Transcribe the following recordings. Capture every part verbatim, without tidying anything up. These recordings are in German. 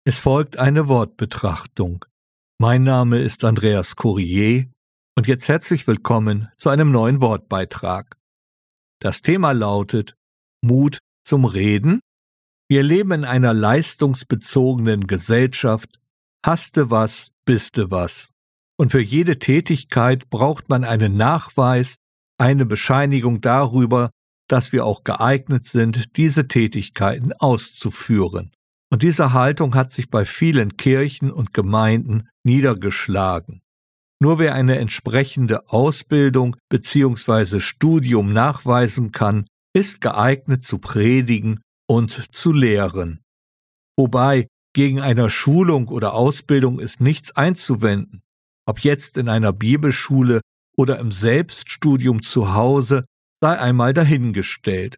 Es folgt eine Wortbetrachtung. Mein Name ist Andreas Courier und jetzt herzlich willkommen zu einem neuen Wortbeitrag. Das Thema lautet Mut zum Reden. Wir leben in einer leistungsbezogenen Gesellschaft. Haste was, biste was. Und für jede Tätigkeit braucht man einen Nachweis, eine Bescheinigung darüber, dass wir auch geeignet sind, diese Tätigkeiten auszuführen. Und diese Haltung hat sich bei vielen Kirchen und Gemeinden niedergeschlagen. Nur wer eine entsprechende Ausbildung bzw. Studium nachweisen kann, ist geeignet zu predigen und zu lehren. Wobei gegen eine Schulung oder Ausbildung ist nichts einzuwenden. Ob jetzt in einer Bibelschule oder im Selbststudium zu Hause, sei einmal dahingestellt.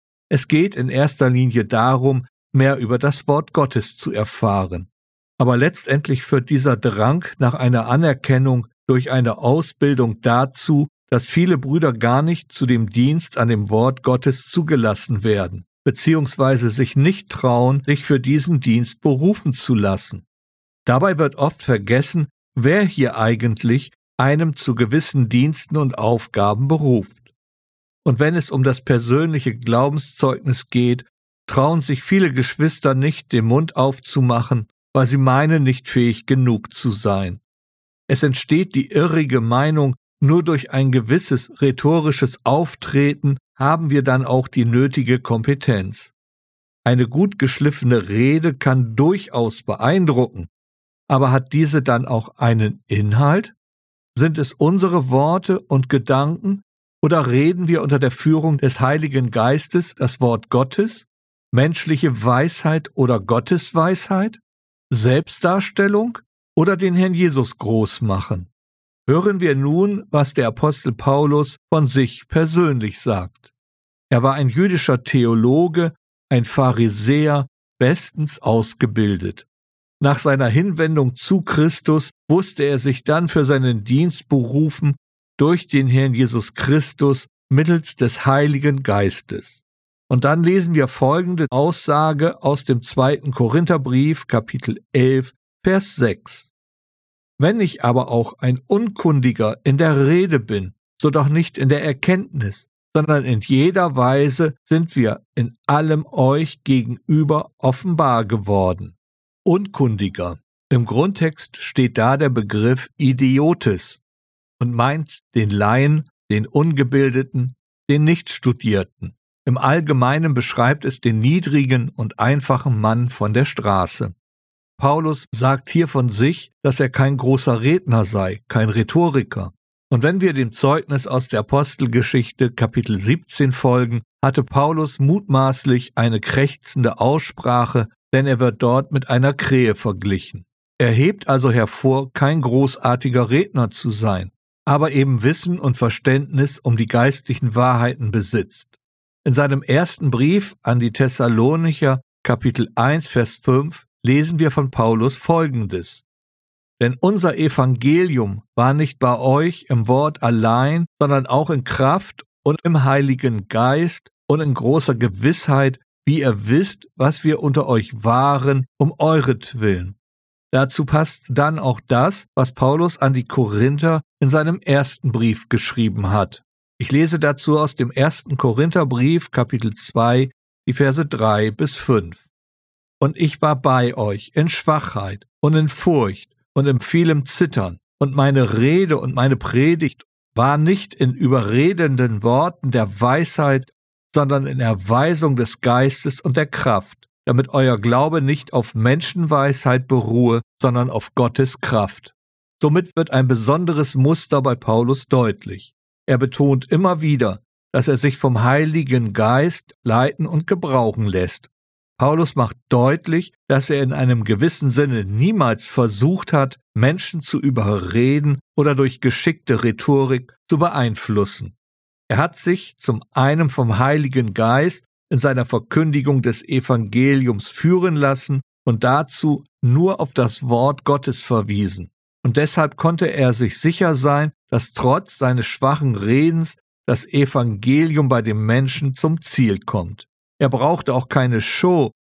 Es geht in erster Linie darum, mehr über das Wort Gottes zu erfahren. Aber letztendlich führt dieser Drang nach einer Anerkennung durch eine Ausbildung dazu, dass viele Brüder gar nicht zu dem Dienst an dem Wort Gottes zugelassen werden, beziehungsweise sich nicht trauen, sich für diesen Dienst berufen zu lassen. Dabei wird oft vergessen, wer hier eigentlich einem zu gewissen Diensten und Aufgaben beruft. Und wenn es um das persönliche Glaubenszeugnis geht, trauen sich viele Geschwister nicht, den Mund aufzumachen, weil sie meinen, nicht fähig genug zu sein. Es entsteht die irrige Meinung, nur durch ein gewisses rhetorisches Auftreten haben wir dann auch die nötige Kompetenz. Eine gut geschliffene Rede kann durchaus beeindrucken, aber hat diese dann auch einen Inhalt? Sind es unsere Worte und Gedanken oder reden wir unter der Führung des Heiligen Geistes das Wort Gottes? Menschliche Weisheit oder Gottesweisheit? Selbstdarstellung oder den Herrn Jesus groß machen? Hören wir nun, was der Apostel Paulus von sich persönlich sagt. Er war ein jüdischer Theologe, ein Pharisäer, bestens ausgebildet. Nach seiner Hinwendung zu Christus wusste er sich dann für seinen Dienst berufen durch den Herrn Jesus Christus mittels des Heiligen Geistes. Und dann lesen wir folgende Aussage aus dem zweiten Korintherbrief, Kapitel elf, Vers sechs. Wenn ich aber auch ein Unkundiger in der Rede bin, so doch nicht in der Erkenntnis, sondern in jeder Weise sind wir in allem euch gegenüber offenbar geworden. Unkundiger. Im Grundtext steht da der Begriff Idiotes und meint den Laien, den Ungebildeten, den Nichtstudierten. Im Allgemeinen beschreibt es den niedrigen und einfachen Mann von der Straße. Paulus sagt hier von sich, dass er kein großer Redner sei, kein Rhetoriker. Und wenn wir dem Zeugnis aus der Apostelgeschichte Kapitel siebzehn folgen, hatte Paulus mutmaßlich eine krächzende Aussprache, denn er wird dort mit einer Krähe verglichen. Er hebt also hervor, kein großartiger Redner zu sein, aber eben Wissen und Verständnis um die geistlichen Wahrheiten besitzt. In seinem ersten Brief an die Thessalonicher, Kapitel eins, Vers fünf, lesen wir von Paulus Folgendes. Denn unser Evangelium war nicht bei euch im Wort allein, sondern auch in Kraft und im Heiligen Geist und in großer Gewissheit, wie ihr wisst, was wir unter euch waren, um euretwillen. Dazu passt dann auch das, was Paulus an die Korinther in seinem ersten Brief geschrieben hat. Ich lese dazu aus dem ersten Korintherbrief, Kapitel zwei, die Verse drei bis fünf. Und ich war bei euch in Schwachheit und in Furcht und in vielem Zittern, und meine Rede und meine Predigt war nicht in überredenden Worten der Weisheit, sondern in Erweisung des Geistes und der Kraft, damit euer Glaube nicht auf Menschenweisheit beruhe, sondern auf Gottes Kraft. Somit wird ein besonderes Muster bei Paulus deutlich. Er betont immer wieder, dass er sich vom Heiligen Geist leiten und gebrauchen lässt. Paulus macht deutlich, dass er in einem gewissen Sinne niemals versucht hat, Menschen zu überreden oder durch geschickte Rhetorik zu beeinflussen. Er hat sich zum einen vom Heiligen Geist in seiner Verkündigung des Evangeliums führen lassen und dazu nur auf das Wort Gottes verwiesen. Und deshalb konnte er sich sicher sein, dass trotz seines schwachen Redens das Evangelium bei den Menschen zum Ziel kommt. Er brauchte auch keine Show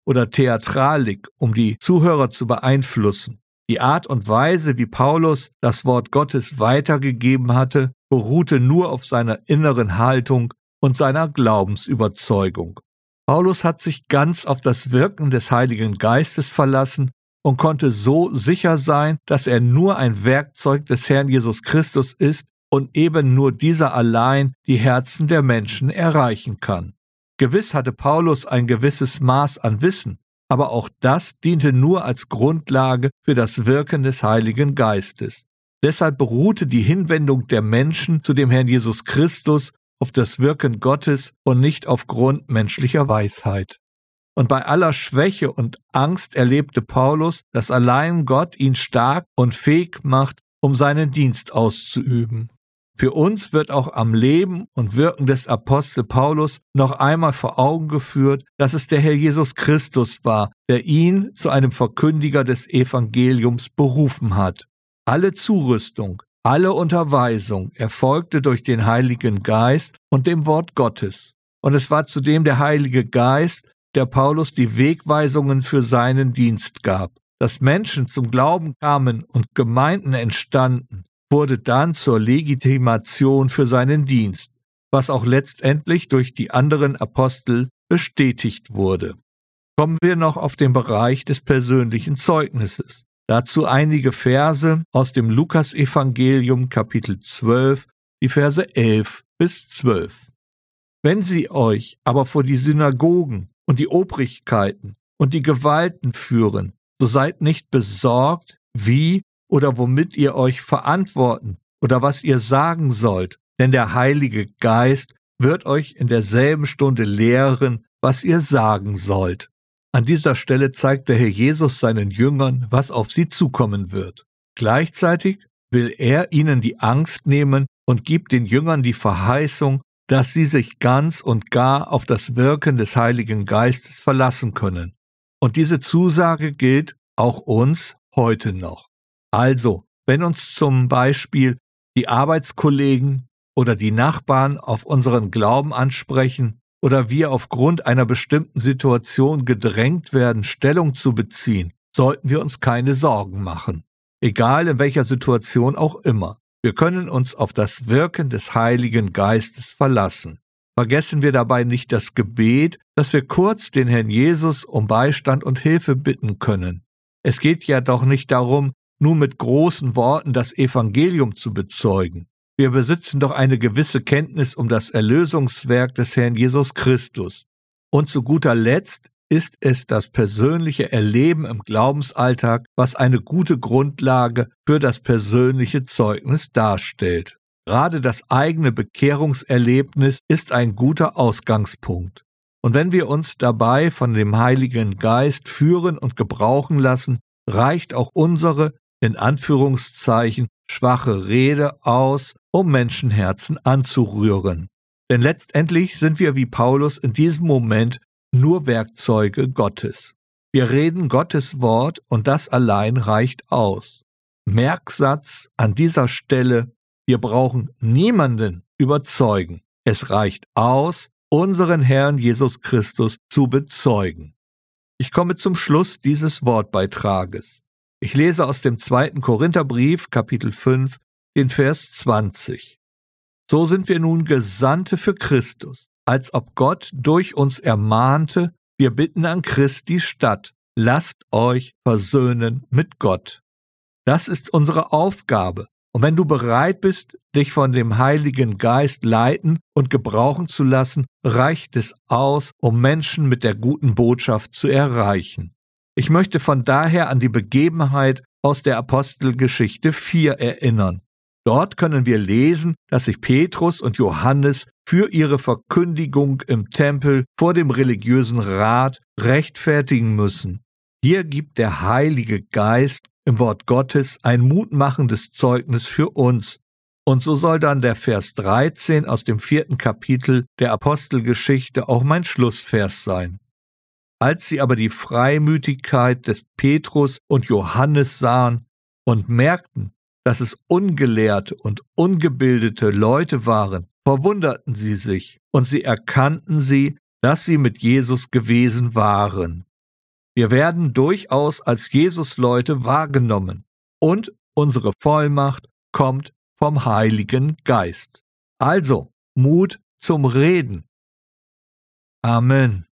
oder Theatralik, um die Zuhörer zu beeinflussen. Die Art und Weise, wie Paulus das Wort Gottes weitergegeben hatte, beruhte nur auf seiner inneren Haltung und seiner Glaubensüberzeugung. Paulus hat sich ganz auf das Wirken des Heiligen Geistes verlassen und konnte so sicher sein, dass er nur ein Werkzeug des Herrn Jesus Christus ist und eben nur dieser allein die Herzen der Menschen erreichen kann. Gewiss hatte Paulus ein gewisses Maß an Wissen, aber auch das diente nur als Grundlage für das Wirken des Heiligen Geistes. Deshalb beruhte die Hinwendung der Menschen zu dem Herrn Jesus Christus auf das Wirken Gottes und nicht aufgrund menschlicher Weisheit. Und bei aller Schwäche und Angst erlebte Paulus, dass allein Gott ihn stark und fähig macht, um seinen Dienst auszuüben. Für uns wird auch am Leben und Wirken des Apostel Paulus noch einmal vor Augen geführt, dass es der Herr Jesus Christus war, der ihn zu einem Verkündiger des Evangeliums berufen hat. Alle Zurüstung, alle Unterweisung erfolgte durch den Heiligen Geist und dem Wort Gottes. Und es war zudem der Heilige Geist, der Paulus die Wegweisungen für seinen Dienst gab. Dass Menschen zum Glauben kamen und Gemeinden entstanden, wurde dann zur Legitimation für seinen Dienst, was auch letztendlich durch die anderen Apostel bestätigt wurde. Kommen wir noch auf den Bereich des persönlichen Zeugnisses. Dazu einige Verse aus dem Lukasevangelium Kapitel zwölf, die Verse elf bis zwölf. Wenn sie euch aber vor die Synagogen und die Obrigkeiten und die Gewalten führen, so seid nicht besorgt, wie oder womit ihr euch verantworten oder was ihr sagen sollt, denn der Heilige Geist wird euch in derselben Stunde lehren, was ihr sagen sollt. An dieser Stelle zeigt der Herr Jesus seinen Jüngern, was auf sie zukommen wird. Gleichzeitig will er ihnen die Angst nehmen und gibt den Jüngern die Verheißung, dass sie sich ganz und gar auf das Wirken des Heiligen Geistes verlassen können. Und diese Zusage gilt auch uns heute noch. Also, wenn uns zum Beispiel die Arbeitskollegen oder die Nachbarn auf unseren Glauben ansprechen oder wir aufgrund einer bestimmten Situation gedrängt werden, Stellung zu beziehen, sollten wir uns keine Sorgen machen. Egal in welcher Situation auch immer. Wir können uns auf das Wirken des Heiligen Geistes verlassen. Vergessen wir dabei nicht das Gebet, dass wir kurz den Herrn Jesus um Beistand und Hilfe bitten können. Es geht ja doch nicht darum, nur mit großen Worten das Evangelium zu bezeugen. Wir besitzen doch eine gewisse Kenntnis um das Erlösungswerk des Herrn Jesus Christus. Und zu guter Letzt ist es das persönliche Erleben im Glaubensalltag, was eine gute Grundlage für das persönliche Zeugnis darstellt. Gerade das eigene Bekehrungserlebnis ist ein guter Ausgangspunkt. Und wenn wir uns dabei von dem Heiligen Geist führen und gebrauchen lassen, reicht auch unsere, in Anführungszeichen, schwache Rede aus, um Menschenherzen anzurühren. Denn letztendlich sind wir wie Paulus in diesem Moment nur Werkzeuge Gottes. Wir reden Gottes Wort und das allein reicht aus. Merksatz an dieser Stelle: Wir brauchen niemanden überzeugen. Es reicht aus, unseren Herrn Jesus Christus zu bezeugen. Ich komme zum Schluss dieses Wortbeitrages. Ich lese aus dem zweiten Korintherbrief, Kapitel fünf, den Vers zwanzig. So sind wir nun Gesandte für Christus, als ob Gott durch uns ermahnte, wir bitten an Christi statt, lasst euch versöhnen mit Gott. Das ist unsere Aufgabe. Und wenn du bereit bist, dich von dem Heiligen Geist leiten und gebrauchen zu lassen, reicht es aus, um Menschen mit der guten Botschaft zu erreichen. Ich möchte von daher an die Begebenheit aus der Apostelgeschichte vier erinnern. Dort können wir lesen, dass sich Petrus und Johannes für ihre Verkündigung im Tempel vor dem religiösen Rat rechtfertigen müssen. Hier gibt der Heilige Geist im Wort Gottes ein mutmachendes Zeugnis für uns. Und so soll dann der Vers dreizehn aus dem vierten Kapitel der Apostelgeschichte auch mein Schlussvers sein. Als sie aber die Freimütigkeit des Petrus und Johannes sahen und merkten, dass es ungelehrte und ungebildete Leute waren, verwunderten sie sich, und sie erkannten sie, dass sie mit Jesus gewesen waren. Wir werden durchaus als Jesus-Leute wahrgenommen und unsere Vollmacht kommt vom Heiligen Geist. Also Mut zum Reden. Amen.